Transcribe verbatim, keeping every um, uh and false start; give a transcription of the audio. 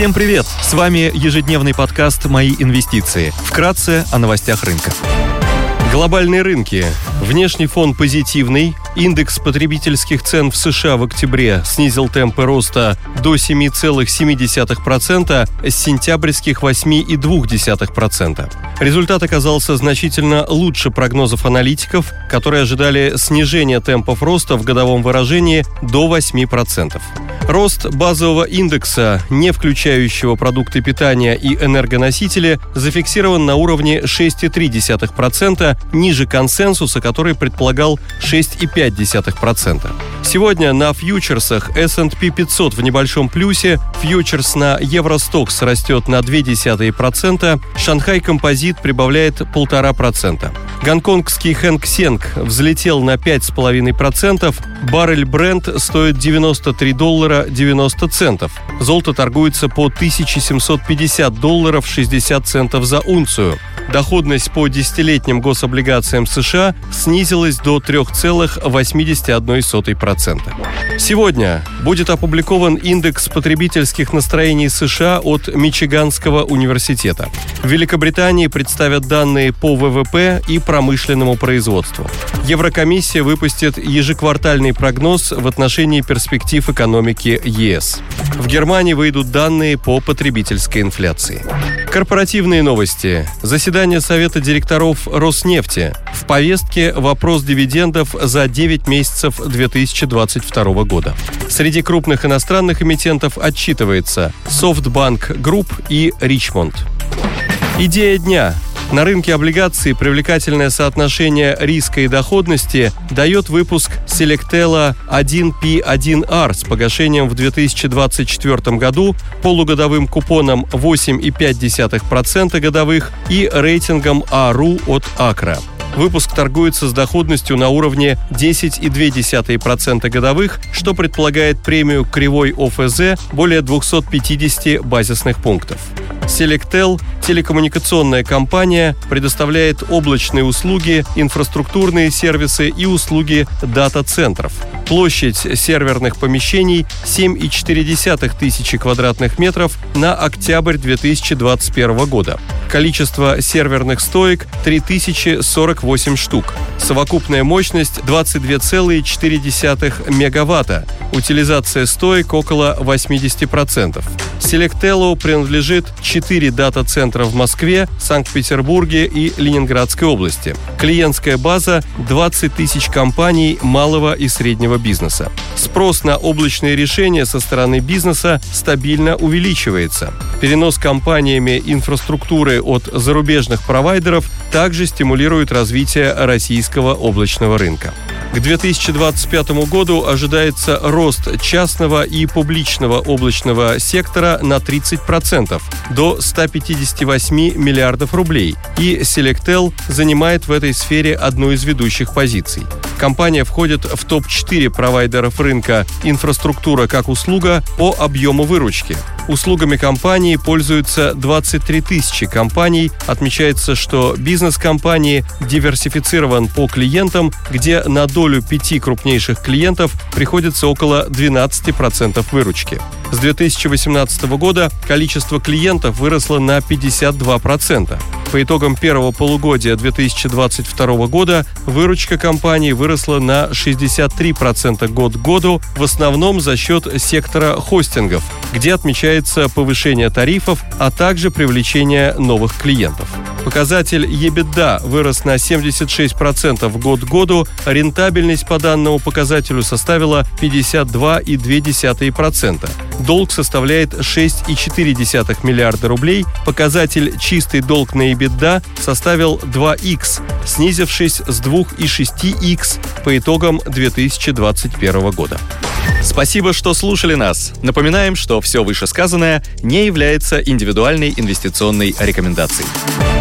Всем привет! С вами ежедневный подкаст «Мои инвестиции». Вкратце о новостях рынка. Глобальные рынки. Внешний фон позитивный. Индекс потребительских цен в США в октябре снизил темпы роста до семь целых семь десятых процента с сентябрьских восемь целых две десятых процента. Результат оказался значительно лучше прогнозов аналитиков, которые ожидали снижения темпов роста в годовом выражении до восемь процентов. Рост базового индекса, не включающего продукты питания и энергоносители, зафиксирован на уровне шесть целых три десятых процента, ниже консенсуса, который предполагал шесть целых пять десятых процента. Сегодня на фьючерсах эс энд пи пятьсот в небольшом плюсе, фьючерс на Евростокс растет на ноль целых две десятых процента, Шанхай Композит прибавляет полтора процента. Гонконгский Хэнк Сенг взлетел на пять целых пять десятых процента, баррель Брент стоит девяносто три доллара девяносто центов. Золото торгуется по тысяча семьсот пятьдесят долларов шестьдесят центов за унцию. Доходность по десятилетним гособлигациям США снизилась до три целых восемьдесят одна сотая процента. Сегодня будет опубликован индекс потребительских настроений США от Мичиганского университета. В Великобритании представят данные по вэ вэ пэ и промышленному производству. Еврокомиссия выпустит ежеквартальный прогноз в отношении перспектив экономики е эс. В Германии выйдут данные по потребительской инфляции. Корпоративные новости. Заседание Совета директоров Роснефти. В повестке вопрос дивидендов за девять месяцев две тысячи двадцать второго года. Среди крупных иностранных эмитентов отчитывается SoftBank Group и Richmond. Идея дня. На рынке облигаций привлекательное соотношение риска и доходности дает выпуск Selectella один пи один ар с погашением в две тысячи двадцать четвёртом году, полугодовым купоном восемь целых пять десятых процента годовых и рейтингом а ру от Акра. Выпуск торгуется с доходностью на уровне десять целых две десятых процента годовых, что предполагает премию кривой о эф зэ более двухсот пятидесяти базисных пунктов. Selectel – телекоммуникационная компания, предоставляет облачные услуги, инфраструктурные сервисы и услуги дата-центров. Площадь серверных помещений – семь целых четыре десятых тысячи квадратных метров на октябрь две тысячи двадцать первого года. Количество серверных стоек – три тысячи сорок восемь штук. Совокупная мощность – двадцать две целых четыре десятых мегаватта. Утилизация стоек – около восемьдесят процентов. Selectel принадлежит четыре дата-центра в Москве, Санкт-Петербурге и Ленинградской области. Клиентская база – двадцать тысяч компаний малого и среднего бизнеса. Спрос на облачные решения со стороны бизнеса стабильно увеличивается. Перенос компаниями инфраструктуры от зарубежных провайдеров также стимулирует развитие российского облачного рынка. К две тысячи двадцать пятому году ожидается рост частного и публичного облачного сектора на тридцать процентов до ста пятидесяти восьми миллиардов рублей, и Selectel занимает в этой сфере одну из ведущих позиций. Компания входит в топ четыре провайдеров рынка «Инфраструктура как услуга» по объему выручки. Услугами компании пользуются двадцать три тысячи компаний. Отмечается, что бизнес компании диверсифицирован по клиентам, где на долю пяти крупнейших клиентов приходится около двенадцати процентов выручки. С две тысячи восемнадцатого года количество клиентов выросло на пятьдесят два процента. По итогам первого полугодия две тысячи двадцать второго года выручка компании выросла на шестьдесят три процента год к году, в основном за счет сектора хостингов, где отмечается повышение тарифов, а также привлечение новых клиентов. Показатель EBITDA вырос на семьдесят шесть процентов год к году, рентабельность по данному показателю составила пятьдесят два целых две десятых процента. Долг составляет шесть целых четыре десятых миллиарда рублей, показатель чистый долг на EBITDA составил два икс, снизившись с два целых шесть десятых икс по итогам две тысячи двадцать первого года. Спасибо, что слушали нас. Напоминаем, что все вышесказанное не является индивидуальной инвестиционной рекомендацией.